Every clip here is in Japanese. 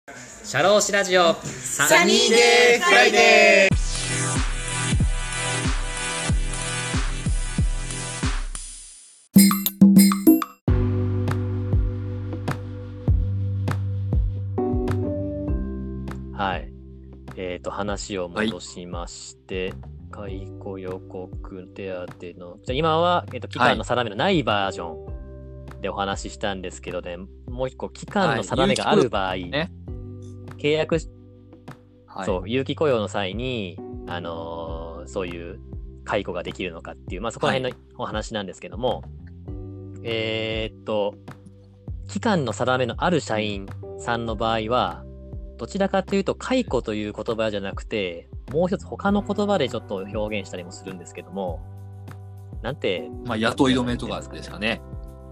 シャローシラジオサニーデーフライデー。 はい。話を戻しまして、解雇予告手当の、じゃあ今は、期間の定めのないバージョンでお話ししたんですけどね、もう一個、期間の定めがある場合、契約、そう、有期雇用の際に、そういう解雇ができるのかっていう、そこら辺のお話なんですけども、期間の定めのある社員さんの場合は、どちらかというと解雇という言葉じゃなくて、もう一つ他の言葉でちょっと表現したりもするんですけども、なんて、 雇い止めとかですかね。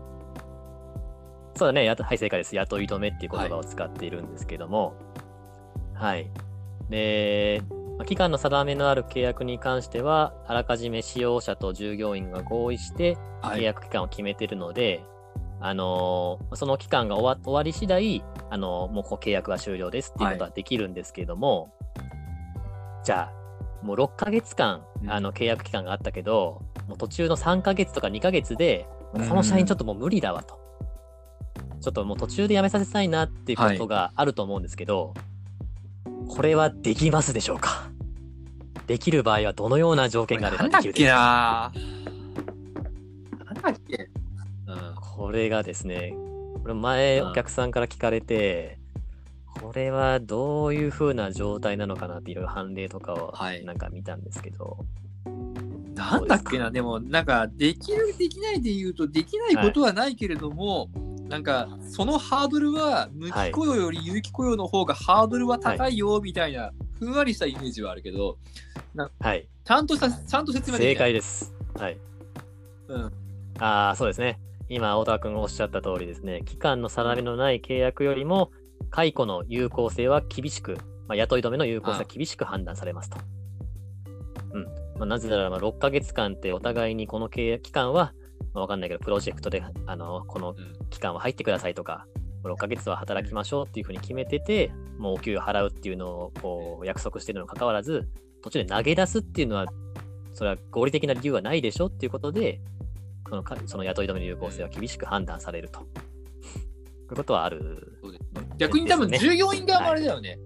そうだね、はい、正解です。雇い止めっていう言葉を使っているんですけども、はい。で、期間の定めのある契約に関しては、あらかじめ使用者と従業員が合意して契約期間を決めているので、その期間が終わり次第、もう契約が終了ですっていうことはできるんですけれども、じゃあ、もう6ヶ月間、契約期間があったけど、もう途中の3ヶ月とか2ヶ月で、この社員ちょっともう無理だわと。ちょっともう途中で辞めさせたいなっていうことがあると思うんですけど、これはできますでしょうか？できる場合はどのような条件があればできるですか？ なんだっけ？ これがですね、これ前お客さんから聞かれて、これはどういう風な状態なのかなっていろいろ判例とかをなんか見たんですけど、 なんだっけな。でもなんかできるできないで言うとできないことはないけれども、なんかそのハードルは無期雇用より有期雇用の方がハードルは高いよみたいなふんわりしたイメージはあるけど、ちゃんと説明できない。 正解です。はい。そうですね。今大田君がおっしゃった通りですね、期間の定めのない契約よりも解雇の有効性は厳しく、雇い止めの有効性は厳しく判断されますと。なぜなら6ヶ月間ってお互いにこの契約期間は、わかんないけどプロジェクトでこの期間は入ってくださいとか、6ヶ月は働きましょうっていうふうに決めてて、もうお給料払うっていうのをこう約束しているのに関わらず、途中で投げ出すっていうのはそれは合理的な理由はないでしょっていうことで、その雇い止めの有効性は厳しく判断されると。こういうことはある。 逆に多分従業員側もあれだよね。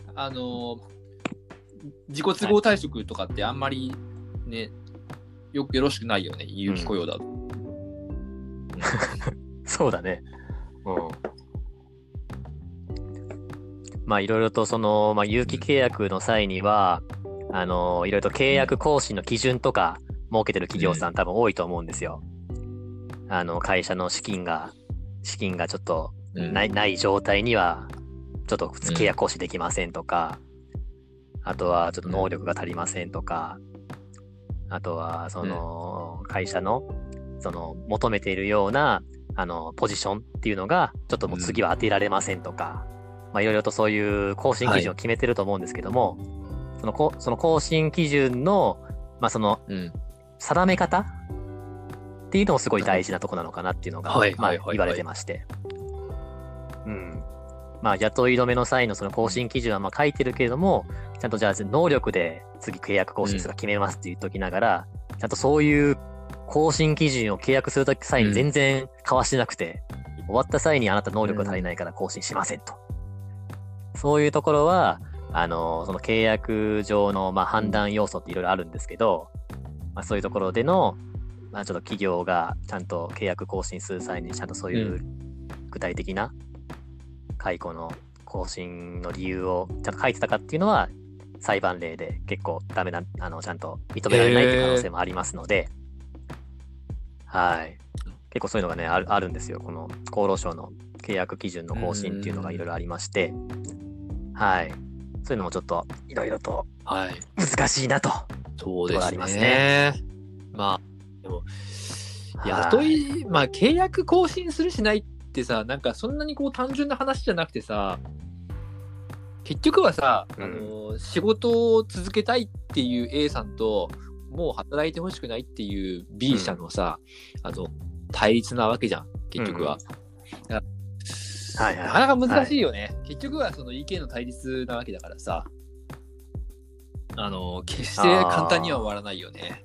自己都合退職とかってあんまりね、よろしくないよね。有期雇用だと。 そうだね。いろいろとその、有期契約の際には、いろいろと契約更新の基準とか設けてる企業さん多分多いと思うんですよ。会社の資金がちょっとない状態には、ちょっと契約更新できませんとか、あとはちょっと能力が足りませんとか、あとはその会社のその求めているようなポジションっていうのがちょっともう次は当てられませんとか、いろいろとそういう更新基準を決めてると思うんですけども、その更新基準のその定め方っていうのもすごい大事なとこなのかなっていうのが言われてまして、雇い止めの際のその更新基準は書いてるけれども、ちゃんとじゃあ能力で次契約更新するか決めますって言っときながら、ちゃんとそういう更新基準を契約する際に全然交わしてなくて、終わった際にあなた能力が足りないから更新しませんと。そういうところはその契約上の判断要素っていろいろあるんですけど、そういうところでのちょっと企業がちゃんと契約更新する際にちゃんとそういう具体的な解雇の更新の理由をちゃんと書いてたかっていうのは裁判例で結構ダメなちゃんと認められないという可能性もありますので、結構そういうのがねあるんですよ。この厚労省の契約基準の更新っていうのがいろいろありまして、そういうのもちょっといろいろと難しいなと。 そうですね。ありますね。でも契約更新するしないってさ、なんかそんなにこう単純な話じゃなくてさ、結局はさ、仕事を続けたいっていう A さんと、もう働いてほしくないっていう B 社のさ、対立なわけじゃん、結局は。 はいはい。 なかなか難しいよね。結局はその意見の対立なわけだからさ、決して簡単には終わらないよね。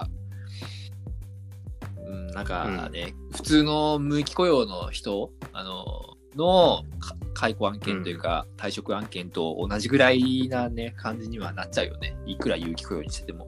なんかね、普通の無期雇用の人、の解雇案件というか、退職案件と同じぐらいなね、感じにはなっちゃうよね。いくら有期雇用にしてても。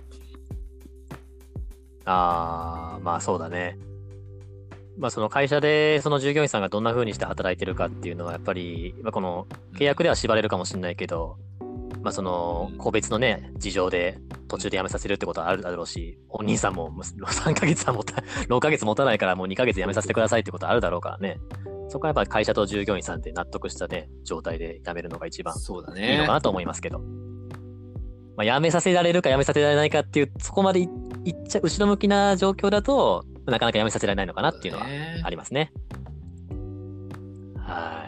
まあそうだね。まあその会社でその従業員さんがどんな風にして働いてるかっていうのはやっぱり、この契約では縛れるかもしれないけど、まあその個別のね、事情で途中で辞めさせるってことはあるだろうし、本人さんも3ヶ月は6ヶ月持たないからもう2ヶ月辞めさせてくださいってことあるだろうからね。そこはやっぱり会社と従業員さんで納得したね、状態で辞めるのが一番いいのかなと思いますけど。まあ辞めさせられるか辞めさせられないかっていう、そこまでいっちゃ後ろ向きな状況だと、なかなか辞めさせられないのかなっていうのはありますね。はい。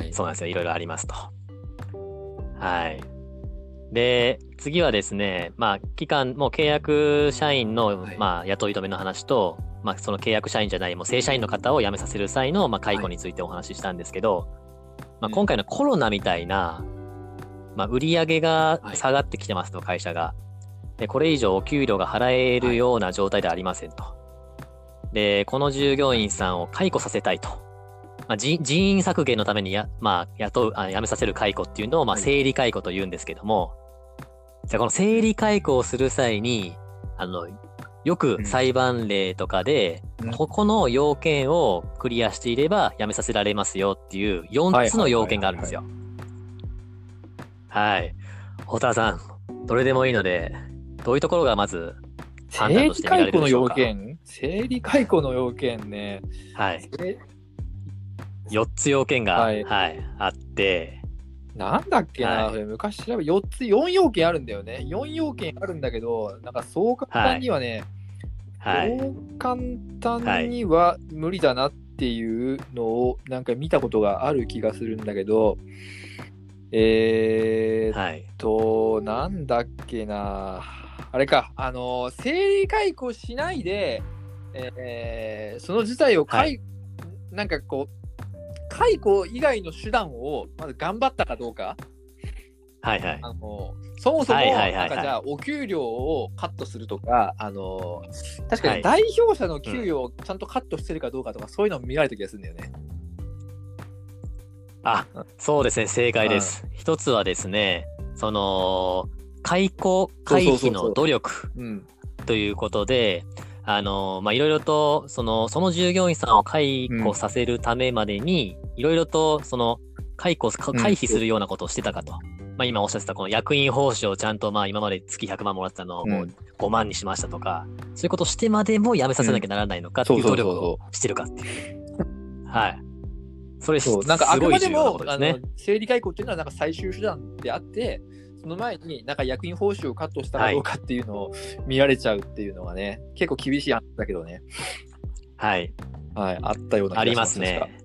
そうなんですよ。いろいろありますと。はい。で、次はですね、まあ、もう契約社員の、まあ、雇い止めの話と、まあ、その契約社員じゃない、もう正社員の方を辞めさせる際の、まあ、解雇についてお話ししたんですけど、まあ、今回のコロナみたいな、まあ、売り上げが下がってきてますと、会社が。で、これ以上お給料が払えるような状態ではありませんと。で、この従業員さんを解雇させたいと。まあ、人員削減のために辞めさせる解雇っていうのを、まあ、整理解雇と言うんですけども、じゃあこの整理解雇をする際に、よく裁判例とかで、ここの要件をクリアしていれば辞めさせられますよっていう4つの要件があるんですよ。はい。太田さん、どれでもいいので、どういうところがまず判断として見られるでしょうか。 整理解雇の要件ね。 はい。4つ要件が、あって、 なんだっけな、昔調べ4要件あるんだよね。4要件あるんだけど、なんかそう簡単にはね、そう簡単には無理だなっていうのをなんか見たことがある気がするんだけど、なんだっけな、あれか、整理解雇しないで、その事態をなんかこう、解雇以外の手段をまず頑張ったかどうか。そもそもなんかじゃあお給料をカットするとか、確かに代表者の給与をちゃんとカットしてるかどうかとか、そういうのも見られた気がするんだよね。 そうですね、正解です。一つはですね、その解雇回避の努力ということで、まあ、いろいろとその従業員さんを解雇させるためまでに、いろいろとその回避するようなことをしてたかと。まあ、今おっしゃってたこの役員報酬をちゃんと、まあ今まで月100万もらってたのをもう5万にしましたとか、そういうことをしてまでも辞めさせなきゃならないのかっていう努力をしてるかっていう。それなんかあくまでもですね。 整理解雇っていうのはなんか最終手段であって、その前になんか役員報酬をカットしたかどうかっていうのを見られちゃうっていうのがね、結構厳しい案だけどね。あったような気がします。 ありますね。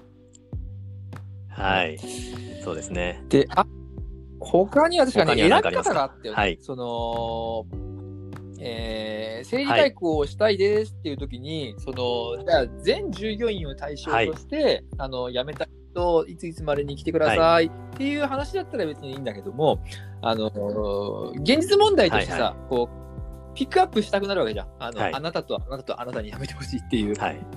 そうですね。 で、他には確かに選び方があったよね。その整理解雇をしたいですっていう時に、じゃあ全従業員を対象として、辞めた人いついつまでに来てくださいっていう話だったら別にいいんだけども、現実問題としてさ、こうピックアップしたくなるわけじゃん。あなたとあなたとあなたに辞めてほしいっていう。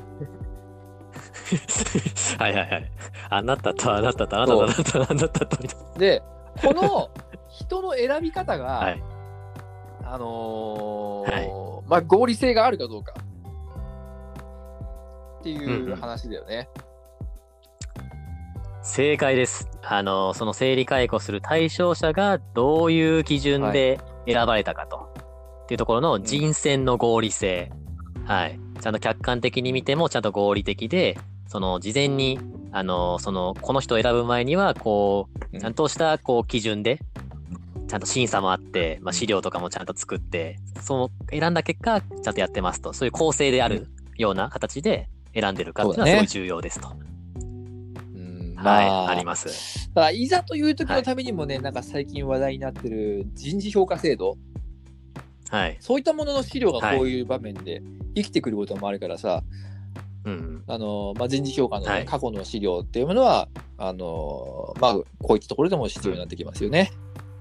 あなたとあなたとあなたとあなたとあなたと。 で、この人の選び方が、まあ合理性があるかどうかっていう話だよね。 正解です。その整理解雇する対象者がどういう基準で選ばれたかと、っていうところの人選の合理性。ちゃんと客観的に見てもちゃんと合理的で、その事前にこの人を選ぶ前にはこうちゃんとしたこう基準でちゃんと審査もあって、まあ、資料とかもちゃんと作って、その選んだ結果ちゃんとやってますと、そういう構成であるような形で選んでるかっていうのはすごい重要ですと。あります。 ただいざという時のためにもね、なんか最近話題になってる人事評価制度、そういったものの資料がこういう場面で生きてくることもあるからさ、 人事評価の、 はい過去の資料っていうものはこういったところでも必要になってきますよね。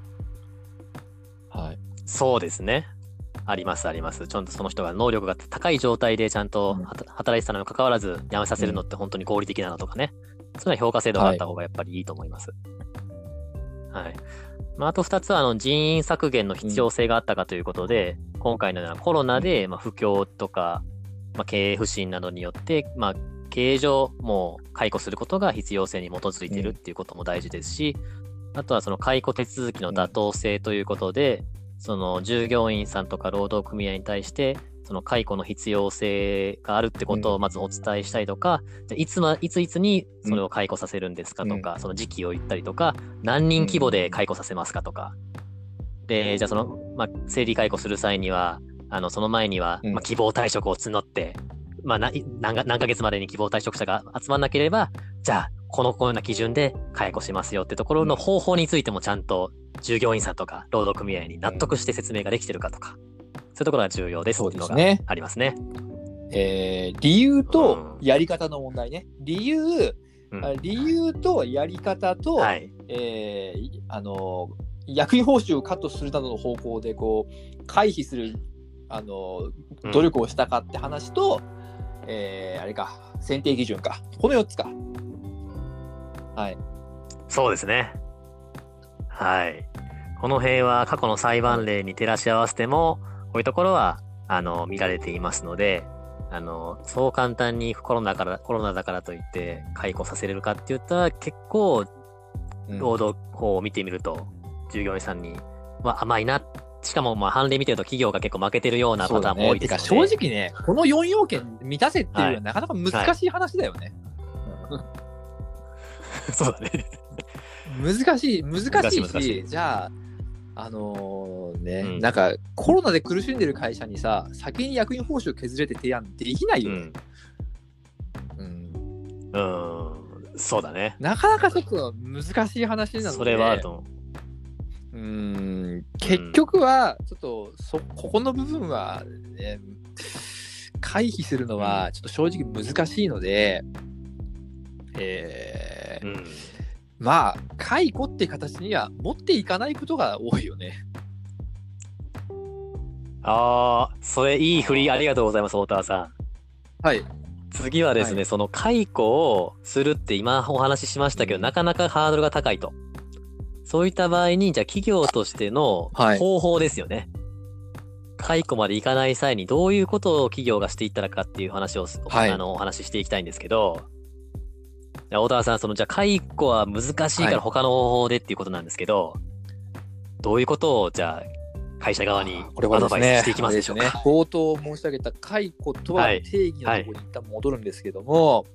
はい。 そうですね。ありますあります。ちゃんとその人が能力が高い状態でちゃんと働いてたのにもかかわらず辞めさせるのって本当に合理的なのとかね。そういうのは評価制度があった方がやっぱりいいと思います。はい。あと2つは人員削減の必要性があったかということで、今回のようなコロナで不況とか、経営不振などによって、経営上もう解雇することが必要性に基づいているっていうことも大事ですし、あとはその解雇手続きの妥当性ということで、その従業員さんとか労働組合に対してその解雇の必要性があるってことをまずお伝えしたりとか、じゃいつにそれを解雇させるんですかとか、その時期を言ったりとか、何人規模で解雇させますかとか、でじゃあその、生理解雇する際にはその前には、希望退職を募って、何ヶ月までに希望退職者が集まんなければ、じゃあこのような基準で解雇しますよってところの方法についてもちゃんと従業員さんとか労働組合に納得して説明ができてるかとか、そういうところが重要ですっていうのがありますね。 理由とやり方の問題ね。理由とやり方と、役員報酬をカットするなどの方向でこう回避する努力をしたかって話と、あれか、選定基準か、この4つか。はい。 そうですね。はい。この辺は過去の裁判例に照らし合わせても、こういうところは見られていますので、そう簡単にコロナだからといって解雇させれるかって言ったら、結構労働法を見てみると、従業員さんには甘いな。しかも判例見てると企業が結構負けてるようなパターンも多いですので。 正直ね、この4要件満たせっていうのはなかなか難しい話だよね。 そうだね。 難しいし、じゃあなんかコロナで苦しんでる会社にさ、先に役員報酬削れて提案できないよね。 そうだね。 なかなかちょっと難しい話なので。 それはあると思う。 結局はちょっとここの部分は、ね、回避するのはちょっと正直難しいので、解雇って形には持っていかないことが多いよね。 それいい振りありがとうございます、大田さん。 はい。 次はですね、その解雇をするって今お話ししましたけど、なかなかハードルが高いと。そういった場合に、じゃあ企業としての方法ですよね。解雇までいかない際にどういうことを企業がしていったらかっていう話を、お話ししていきたいんですけど、大田さん、じゃあ解雇は難しいから他の方法でっていうことなんですけど、どういうことをじゃあ会社側にアドバイスしていきますでしょうか。 冒頭申し上げた解雇とは定義のところに一旦戻るんですけども、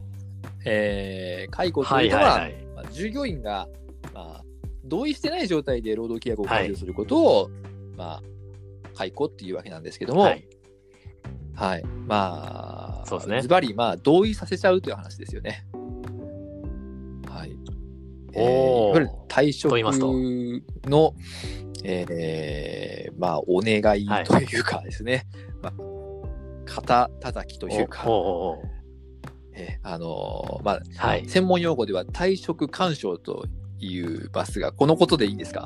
解雇というのは、従業員が、同意してない状態で労働契約を解除することを、解雇っていうわけなんですけども、 そうですね。 ズバリ同意させちゃうという話ですよね。いわゆる退職の、お願いというかですね、肩叩きというか、専門用語では退職勧奨というバスがこのことでいいんですか？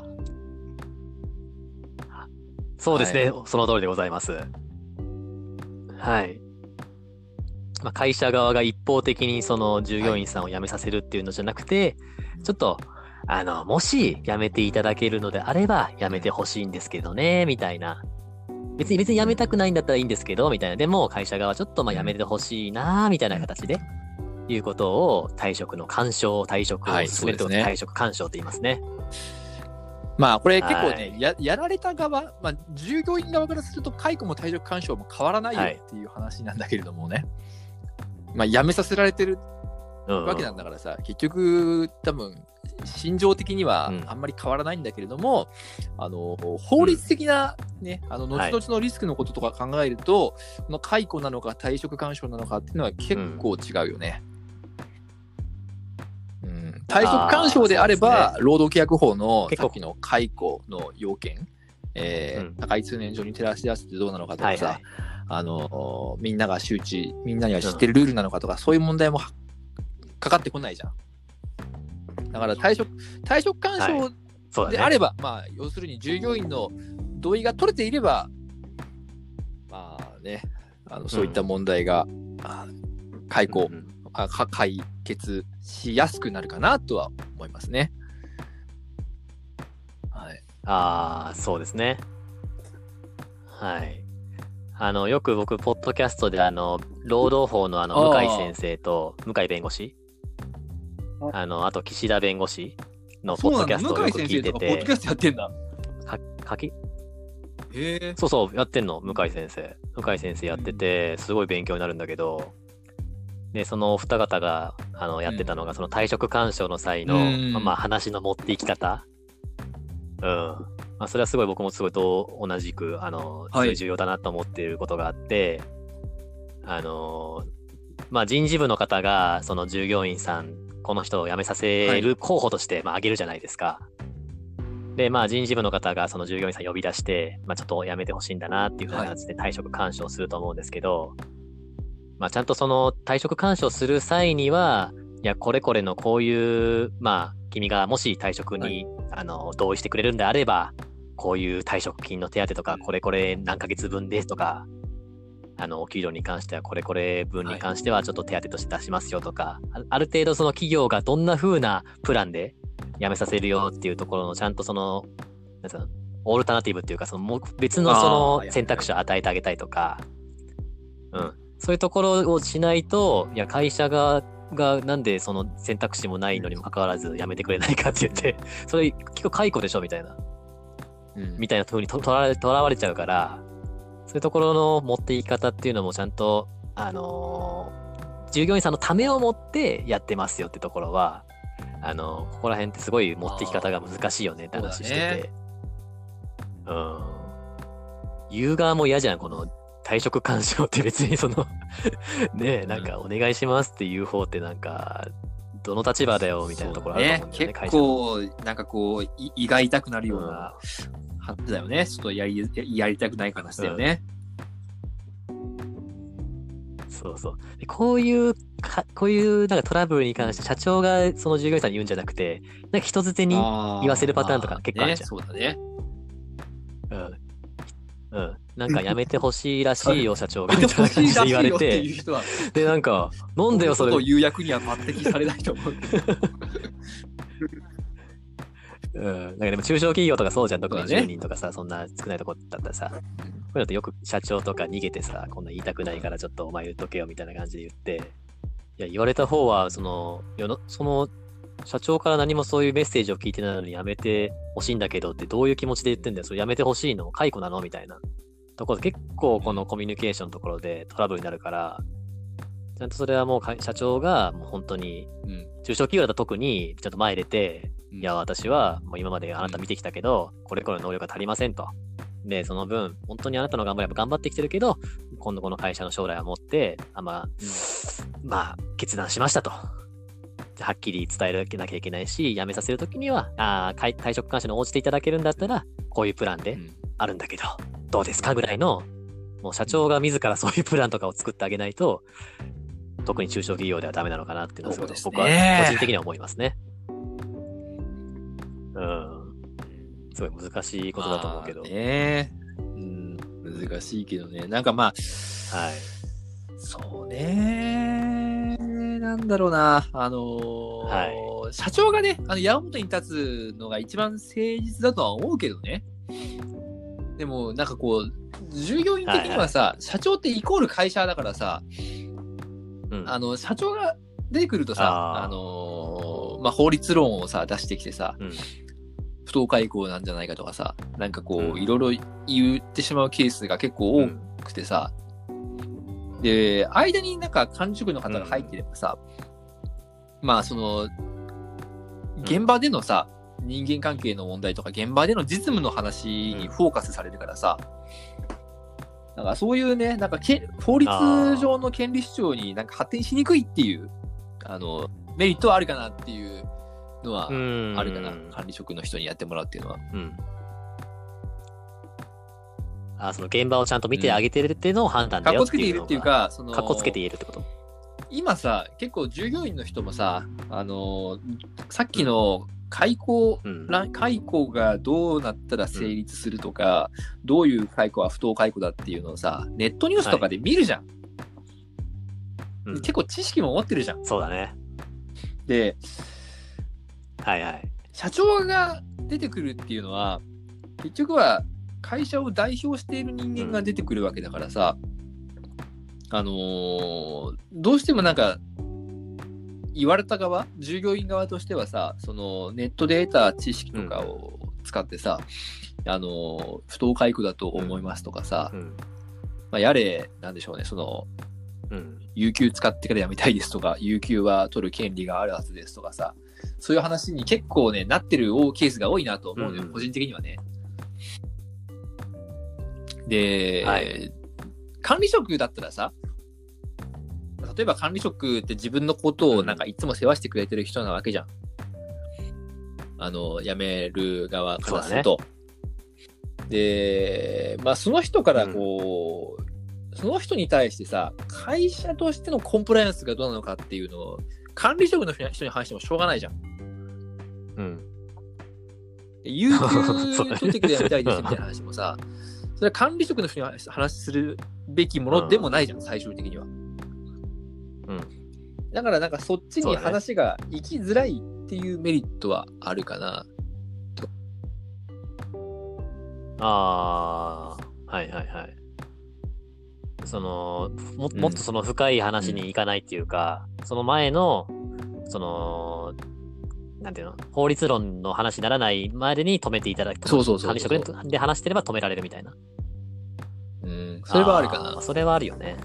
そうですね、その通りでございます。はい。会社側が一方的にその従業員さんを辞めさせるっていうのじゃなくて、ちょっともし辞めていただけるのであれば辞めてほしいんですけどねみたいな、別に辞めたくないんだったらいいんですけどみたいな、でも会社側ちょっと辞めてほしいなみたいな形でいうことを退職の勧奨、退職を進めると、退職勧奨と言いますね。 これ結構ね、やられた側、従業員側からすると解雇も退職勧奨も変わらないよっていう話なんだけれどもね、辞めさせられてるわけなんだからさ、結局多分心情的にはあんまり変わらないんだけれども、法律的なね、後々のリスクのこととか考えると、この解雇なのか退職勧奨なのかっていうのは結構違うよね。退職勧奨であれば、労働契約法のさっきの解雇の要件、 高い通念上に照らし出してどうなのかとかさ、 はいはい、 みんながみんなには知ってるルールなのかとか、そういう問題もかかってこないじゃん。だから退職勧奨であれば、まあ要するに従業員の同意が取れていれば、まあね、そういった問題が、解決しやすくなるかなとは思いますね。 はい。そうですね。はい。よく僕、ポッドキャストで、労働法の向井先生と、向井弁護士、あと岸田弁護士のポッドキャストをよく聞いてて。 ポッドキャストやってんだ。 そう、やってんの、向井先生。向井先生やってて、すごい勉強になるんだけど、で、そのお二方が、やってたのが、その退職勧奨の際の、話の持っていき方。それはすごい僕もすごい同じくすごい重要だなと思っていることがあって、人事部の方がその従業員さんこの人を辞めさせる候補として挙げるじゃないですか。で人事部の方がその従業員さん呼び出して、ちょっと辞めてほしいんだなっていうふうな形で退職勧奨すると思うんですけど、ちゃんとその退職勧奨する際には、いやこれこれのこういう君がもし退職に、同意してくれるんであれば、こういう退職金の手当とか、これこれ何ヶ月分ですとか、お給料に関してはこれこれ分に関してはちょっと手当として出しますよとか、ある程度その企業がどんな風なプランで辞めさせるよっていうところのちゃんとその、オールタナティブっていうか、その別のその選択肢を与えてあげたいとか、そういうところをしないと、いや会社がなんでその選択肢もないのにもかかわらず辞めてくれないかって言って、それ結構解雇でしょみたいな、みたいな風にとらわれちゃうから、そういうところの持っていき方っていうのもちゃんと従業員さんのためを持ってやってますよってところは、ここら辺ってすごい持っていき方が難しいよねって話してて、言う側も嫌じゃん、この退職勧奨って別にそのねえ、なんかお願いしますっていう方ってなんかどの立場だよみたいなところあると思うんだよね。 結構なんかこう胃が痛くなるような話だよね。ちょっとやりたくない話だよね。 そうこういうなんかトラブルに関して社長がその従業員さんに言うんじゃなくて、なんか人づてに言わせるパターンとか結構あるじゃん。 そうだね。 なんかやめてほしいらしいよ社長がみたいな感じで言われて、でなんかなんでよそれ。 ことを言う役には抜擢されないと思う。 なんかでも中小企業とかそうじゃん、特に10人とかさ、そんな少ないとこだったらさ、こういうのってよく社長とか逃げてさ、こんな言いたくないからちょっとお前言っとけよみたいな感じで言って、いや言われた方はその社長から何もそういうメッセージを聞いてないのにやめてほしいんだけどってどういう気持ちで言ってんだよ、それやめてほしいの解雇なのみたいなところで結構このコミュニケーションのところでトラブルになるから、ちゃんとそれはもう社長がもう本当に、中小企業だと特にちょっと前出て、いや私はもう今まであなた見てきたけど、これこれの能力が足りませんと。でその分本当にあなたの頑張ってきてるけど、今度この会社の将来を持って決断しましたと。はっきり伝えなきゃいけないし、辞めさせるときには退職勧奨に応じていただけるんだったらこういうプランであるんだけど、どうですかぐらいの、もう社長が自らそういうプランとかを作ってあげないと、特に中小企業ではダメなのかなっていうのは僕は個人的には思いますね。すごい難しいことだと思うけど。 難しいけどね。なんかそうね。なんだろうな。社長がね、矢面に立つのが一番誠実だとは思うけどね。でも、なんかこう、従業員的にはさ、社長ってイコール会社だからさ、社長が出てくるとさ、法律論をさ、出してきてさ、不当解雇なんじゃないかとかさ、なんかこう、いろいろ言ってしまうケースが結構多くてさ、で、間になんか管理職の方が入ってればさ、その、現場でのさ、人間関係の問題とか、現場での実務の話にフォーカスされるからさ、なんかそういうね、なんか法律上の権利主張になんか発展しにくいっていう、メリットはあるかなっていうのはあるかな、管理職の人にやってもらうっていうのは。 その現場をちゃんと見てあげてるっていうのを判断だよっていうのが。 かっこつけているっていうか、 かっこつけて言えるってこと？ 今さ、結構従業員の人もさ、さっきの解雇がどうなったら成立するとか、どういう解雇は不当解雇だっていうのをさ、ネットニュースとかで見るじゃん。結構知識も持ってるじゃん。 そうだね。 で、 はいはい。 社長が出てくるっていうのは、結局は会社を代表している人間が出てくるわけだからさ、どうしてもなんか、言われた側、従業員側としてはさ、そのネットで得た知識とかを使ってさ、不当解雇だと思いますとかさ、まあ、やれ、なんでしょうね、その、有給使ってから辞めたいですとか、有給は取る権利があるはずですとかさ、そういう話に結構ね、なってるケースが多いなと思うのよ、個人的にはね。で、管理職だったらさ、例えば管理職って自分のことをなんかいつも世話してくれてる人なわけじゃん。辞める側からすると。で、まあその人からこう、その人に対してさ、会社としてのコンプライアンスがどうなのかっていうのを管理職の人に話してもしょうがないじゃん。有給取ってくれやめたいですみたいな話もさ、それは管理職の人に話するべきものでもないじゃん、最終的には。だからなんかそっちに話が行きづらいっていうメリットはあるかな。 はいはいはい。そのもっとその深い話に行かないっていうか、その前のそのなんていうの、法律論の話にならないまでに止めていただく。管理職で話してれば止められるみたいな。 それはあるかな。 それはあるよね。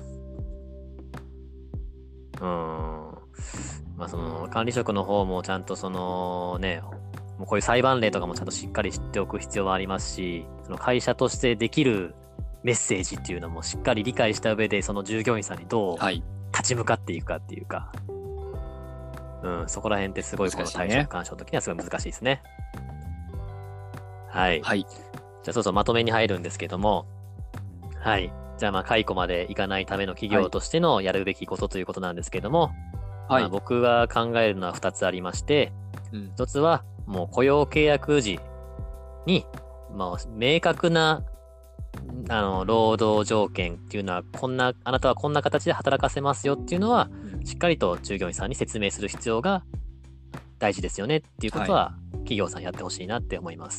まあその管理職の方もちゃんとそのね、もうこういう裁判例とかもちゃんとしっかり知っておく必要はありますし、その会社としてできるメッセージっていうのもしっかり理解した上で、その従業員さんにどう立ち向かっていくかっていうか、そこら辺ってすごいこの退職勧奨の時にはすごい難しいですね。はい。じゃあそろそろまとめに入るんですけども、じゃあまあ解雇までいかないための企業としてのやるべきことということなんですけども、まあ、僕が考えるのは2つありまして、1つはもう雇用契約時に、まあ、明確な労働条件っていうのはあなたはこんな形で働かせますよっていうのは、しっかりと従業員さんに説明する必要が大事ですよねっていうことは、企業さんやってほしいなって思います。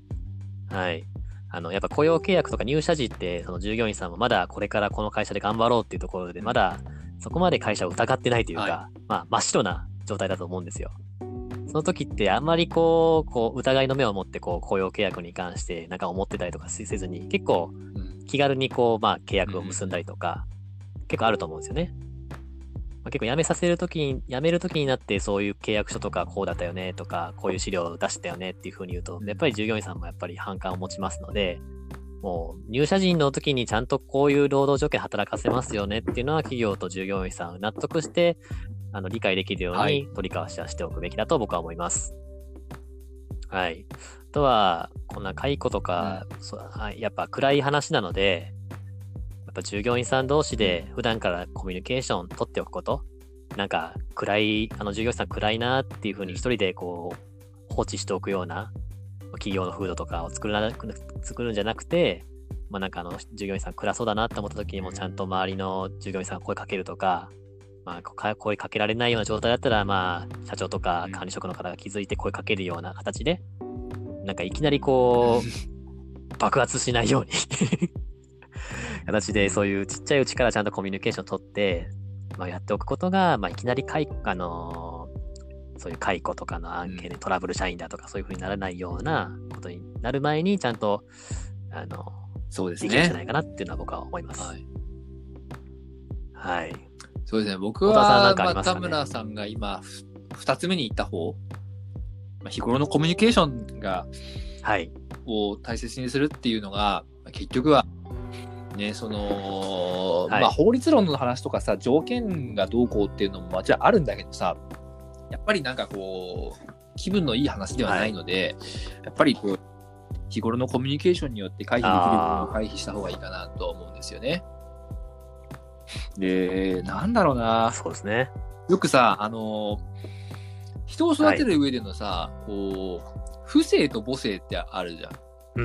やっぱ雇用契約とか入社時って、その従業員さんもまだこれからこの会社で頑張ろうっていうところで、まだそこまで会社を疑ってないというか、まあ真っ白な状態だと思うんですよ。その時ってあんまりこう疑いの目を持って雇用契約に関してなんか思ってたりとかせずに、結構気軽にまあ契約を結んだりとか、結構あると思うんですよね。結構辞める時になってそういう契約書とかこうだったよねとか、こういう資料を出したよねっていう風に言うと、やっぱり従業員さんもやっぱり反感を持ちますので、もう入社時の時にちゃんとこういう労働条件働かせますよねっていうのは、企業と従業員さん納得して理解できるように取り交わしはしておくべきだと僕は思います。あとはこんな解雇とか、やっぱ暗い話なので、やっぱ従業員さん同士で普段からコミュニケーション取っておくこと、なんか暗い従業員さん暗いなっていう風に一人で放置しておくような企業の風土とかを作るんじゃなくて、まあなんか従業員さん暗そうだなって思った時にもちゃんと周りの従業員さんが声かけるとか、まあ声かけられないような状態だったら、まあ社長とか管理職の方が気づいて声かけるような形で、なんかいきなり爆発しないように形で、そういうちっちゃいうちからちゃんとコミュニケーションを取って、まあ、やっておくことが、まあ、いきなりそういう解雇とかの案件でトラブル社員だとかそういう風にならないようなことになる前にちゃんとそうですね、 できるんじゃないかなっていうのは僕は思います。 そうですね。僕は田村さんが今2つ目に言った方、日頃のコミュニケーションを大切にするっていうのが結局はね、まあ法律論の話とかさ、条件がどうこうっていうのももちろんあるんだけどさ、やっぱりなんか気分のいい話ではないので、やっぱり日頃のコミュニケーションによって回避できる部分を回避した方がいいかなと思うんですよね。で、なんだろうな。 そうですね。 よくさ、人を育てる上でのさ、こう、父性と母性ってあるじゃん。 うん。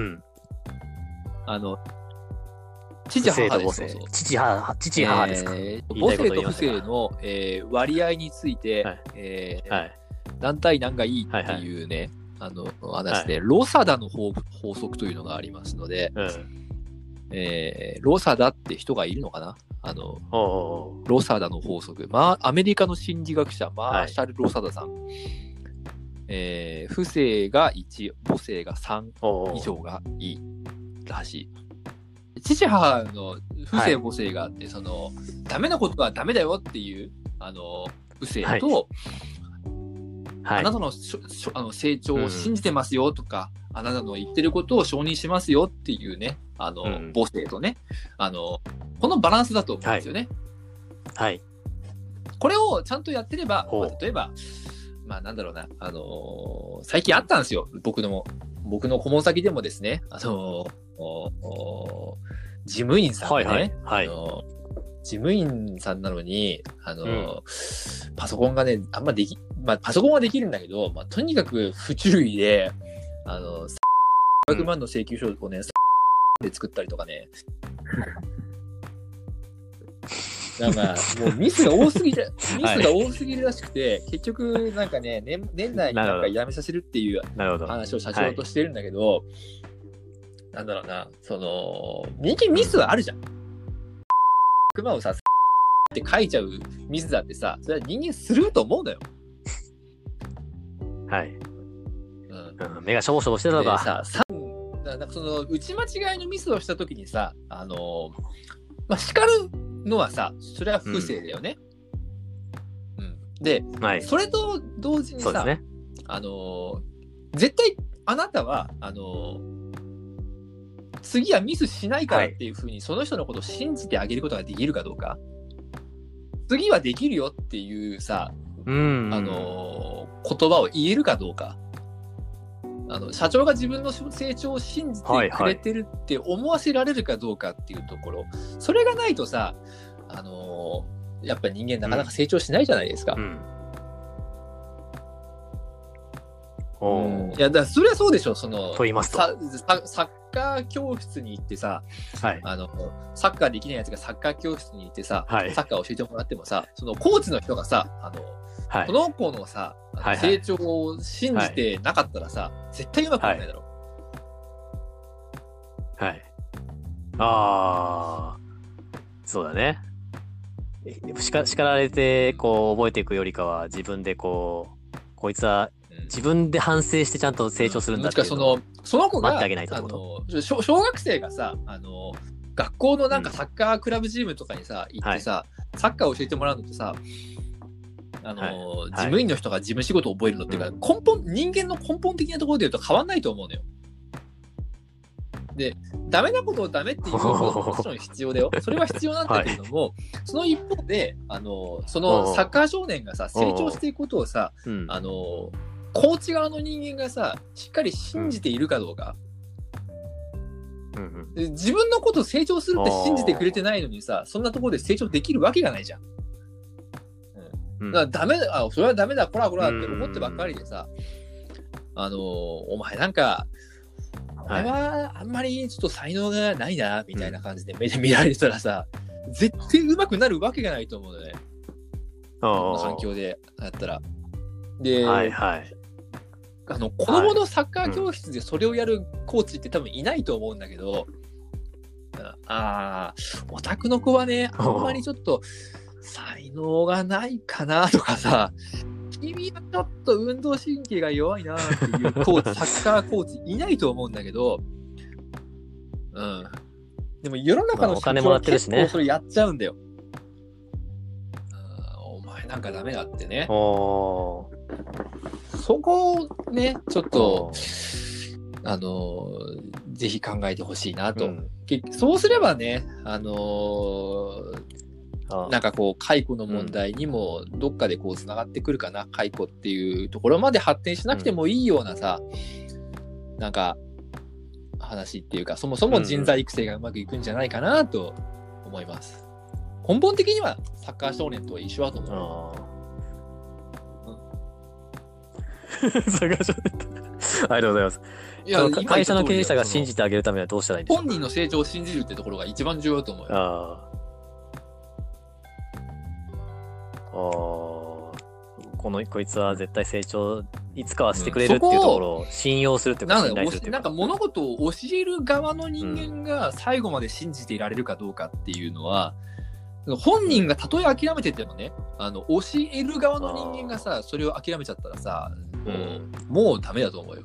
父母です。 そうそう。父母ですか。 母性と父性の、割合について、何対何がいいっていうね、話で、ロサダの法則というのがありますので、ロサダって人がいるのかな、ロサダの法則。アメリカの心理学者、マーシャル・ロサダさん。父性が1、母性が3以上がいいらしい。父母の父性母性があって、ダメなことはダメだよっていう、父性と、あなたの成長を信じてますよとか、あなたの言ってることを承認しますよっていうね、母性とね、このバランスだと思うんですよね。 はい。 これをちゃんとやってれば、例えば、なんだろうな、最近あったんですよ。僕の顧問先でもですね、事務員さんでね、事務員さんなのに、パソコンがね、あんまパソコンはできるんだけど、とにかく不注意で、300万の請求書をね、で作ったりとかね。なんか、もうミスが多すぎるらしくて、結局、なんかね、年内になんか辞めさせるっていう話を社長としてるんだけど、なんだろうな、人間ミスはあるじゃん。熊をさ、って書いちゃうミスだってさ、それは人間すると思うんだよ。 はい。目がしょぼしょぼしてたのか。 なんか打ち間違いのミスをしたときにさ、叱るのはさ、それは不正だよね。で、それと同時にさ、絶対あなたは、次はミスしないからっていうふうに、その人のことを信じてあげることができるかどうか。次はできるよっていうさ、言葉を言えるかどうか。社長が自分の成長を信じてくれてるって思わせられるかどうかっていうところ、それがないとさ、やっぱり人間なかなか成長しないじゃないですか。いや、だからそれはそうでしょ。と言いますと。 サッカー教室に行ってさ、サッカーできないやつがサッカー教室に行ってさ、サッカー教えてもらってもさ、コーチの人がさ、この子のさ、成長を信じてなかったらさ、絶対うまくならないだろう。 そうだね。叱られて覚えていくよりかは、自分でこいつは自分で反省してちゃんと成長するんだっていうのをその子が待ってあげないとってこと。 小学生がさ、学校のなんかサッカークラブチームとかにさ、行ってさ、サッカーを教えてもらうのとさ、事務員の人が事務仕事を覚えるのっていうか、人間の根本的なところで言うと変わんないと思うのよ。で、ダメなことをダメっていうことももちろん必要だよ。それは必要なんだけれども、その一方で、そのサッカー少年がさ、成長していくことをさ、コーチ側の人間がさ、しっかり信じているかどうか。自分のことを成長するって信じてくれてないのにさ、そんなところで成長できるわけがないじゃん。だからダメだ、それはダメだ、こらこらって思ってばっかりでさ、お前なんか、お前はあんまりちょっと才能がないな、みたいな感じで目で見られてたらさ、絶対上手くなるわけがないと思うのね。この環境でやったら。で、子供のサッカー教室でそれをやるコーチって多分いないと思うんだけど、オタクの子はね、あんまりちょっと才能がないかなとかさ、君はちょっと運動神経が弱いなっていうサッカーコーチいないと思うんだけど、でも世の中のお金もらってるしね。 それやっちゃうんだよ。お前なんかダメだってね。そこをね、ちょっと、ぜひ考えてほしいなと。そうすればね、なんか解雇の問題にもどっかでつながってくるかな。解雇っていうところまで発展しなくてもいいようなさ、なんか、 話っていうか、そもそも人材育成がうまくいくんじゃないかなと思います。根本的にはサッカー少年と一緒だと思う。それがちょっとありがとうございます。いや、会社の経営者が信じてあげるためにはどうしたらいいんですか？ 本人の成長を信じるってところが一番重要だと思うよ。 こいつは絶対成長いつかはしてくれるっていうところを信用するっていうか、信頼するっていうか、 なんか物事を教える側の人間が最後まで信じていられるかどうかっていうのは、本人がたとえ諦めててもね、教える側の人間がさ、それを諦めちゃったらさ、もうダメだと思うよ。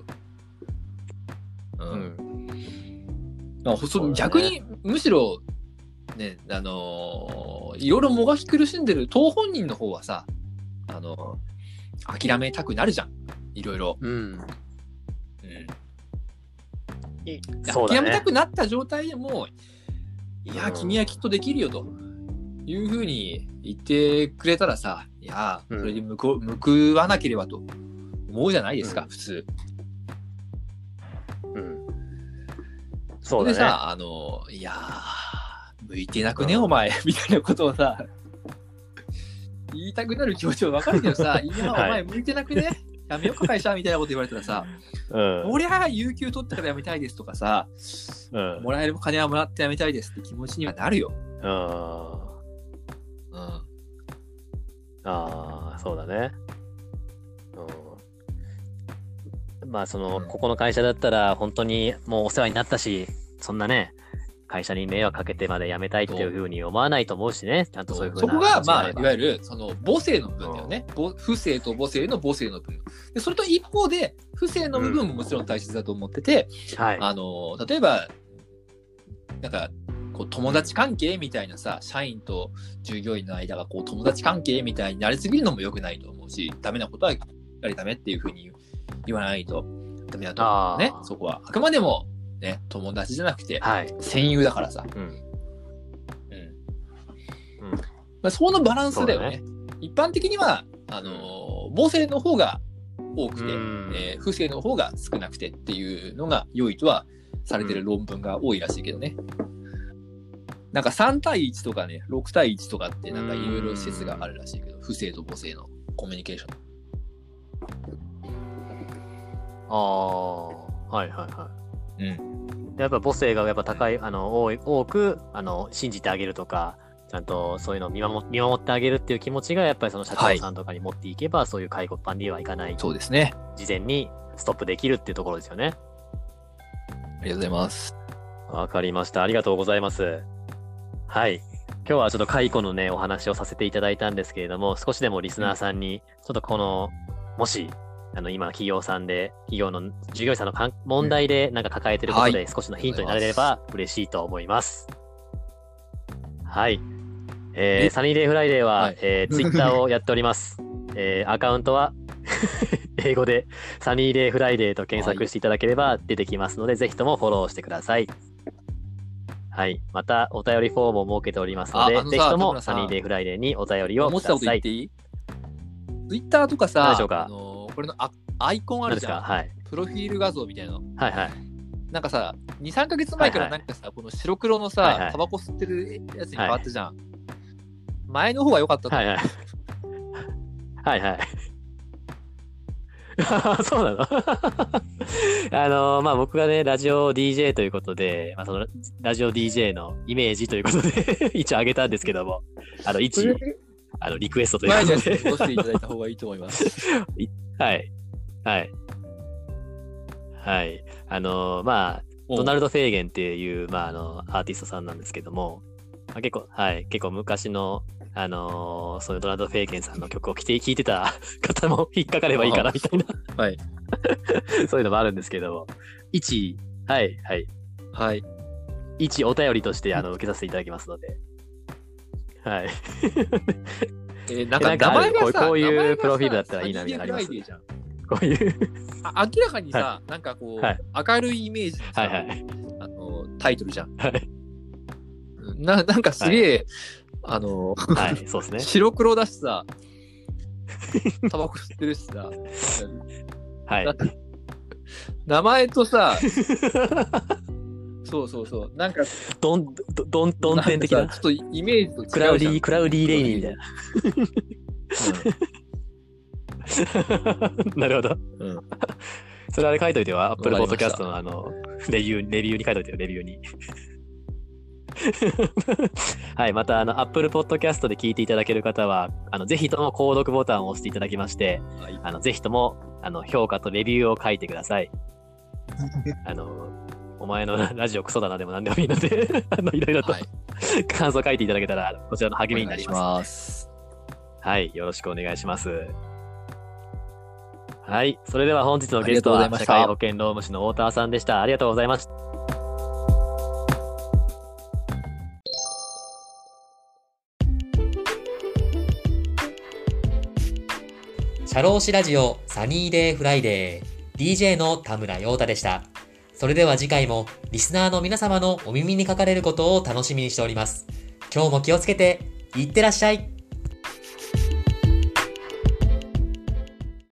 逆にむしろね、いろいろもがき苦しんでる当本人の方はさ、諦めたくなるじゃん、いろいろ。諦めたくなった状態でも、いや、君はきっとできるよというふうに言ってくれたらさ、いや、それで報わなければと思うじゃないですか、普通。 そうだね。 でさ、いや向いてなくね、お前みたいなことをさ、言いたくなる気持ちは分かるけどさ、今お前向いてなくね、やめようか会社みたいなこと言われたらさ、俺は有給取ってから辞めたいですとかさ、もらえる金はもらって辞めたいですって気持ちにはなるよ。 そうだね。まあここの会社だったら本当にもうお世話になったし、そんなね、会社に迷惑かけてまで辞めたいっていうふうに思わないと思うしね、ちゃんとそういうふうな。 そこが、まあ、いわゆる、母性の部分だよね。不正と母性の母性の部分。で、それと一方で、不正の部分ももちろん大切だと思ってて、例えば、なんか、友達関係みたいなさ、社員と従業員の間が友達関係みたいになりすぎるのも良くないと思うし、ダメなことはやりダメっていうふうに言わないとダメだと思うね。そこは。あくまでも、ね、友達じゃなくて、戦友だからさ。そのバランスだよね。一般的には、母性の方が多くて、不正の方が少なくてっていうのが良いとはされてる論文が多いらしいけどね。なんか3対1とかね、6対1とかってなんかいろいろ説があるらしいけど、不正と母性のコミュニケーション。 やっぱ母性がやっぱ高い、多く信じてあげるとか、ちゃんとそういうのを見守ってあげるっていう気持ちがやっぱりその社長さんとかに持っていけば、そういう介護パンにはいかない。 そうですね。 事前にストップできるっていうところですよね。 ありがとうございます。 わかりました。ありがとうございます。はい。今日はちょっと解雇のね、お話をさせていただいたんですけれども、少しでもリスナーさんに、ちょっともし、今、企業の従業員さんの問題でなんか抱えてることで少しのヒントになれれば嬉しいと思います。はい。サニーデイフライデーは、ツイッターをやっております。アカウントは英語でサニーデイフライデーと検索していただければ出てきますので、ぜひともフォローしてください。はい。また、お便りフォームを設けておりますので、ぜひともサニーデイフライデーにお便りをください。 思ったこと言っていい？ツイッターとかさ、 何でしょうか？ これのアイコンあるじゃん。 はい。 プロフィール画像みたいなの。 はいはい。 なんかさ、2、3ヶ月前からなんかさ、この白黒のさ、タバコ吸ってるやつに変わったじゃん。前の方が良かったと思う。 はいはい。そうなのまあ僕がね、ラジオ DJ ということで、そのラジオ DJ のイメージということで一応あげたんですけども、リクエストということで。 前にしていただいた方がいいと思います。 はい。はい。はい。ドナルド・フェーゲンっていう、アーティストさんなんですけども、結構昔の、そういうドナルド・フェーゲンさんの曲を聴いてた方も引っかかればいいかなみたいなはい。 そういうのもあるんですけども、一お便りとして受けさせていただきますので、はい。 なんか名前がさ、 こういうプロフィールだったらいいなみたいなのあります。こういう明らかにさ、なんか明るいイメージのさ、タイトルじゃん。なんかすげえ、 そうですね。 白黒だしさ、タバコ吸ってるしさ、 はい。 名前とさ、 そう。なんか、 どん天的な。 ちょっとイメージと違うじゃん。 クラウディレイニーみたいな。なるほど。それあれ書いといては、Apple Podcast のレビューに書いといてよ、レビューに。はい、またApple Podcast で聞いていただける方は、ぜひとも購読ボタンを押していただきまして、ぜひとも評価とレビューを書いてください。お前のラジオクソだなでも何でもいいので、いろいろと、感想書いていただけたら、こちらの励みになります。はい、よろしくお願いします。はい、それでは本日のゲストは社会保険労務士の太田さんでした。ありがとうございました。 社労士ラジオサニーデイフライデー DJ の田村陽太でした。それでは次回もリスナーの皆様のお耳にかかれることを楽しみにしております。今日も気をつけていってらっしゃい。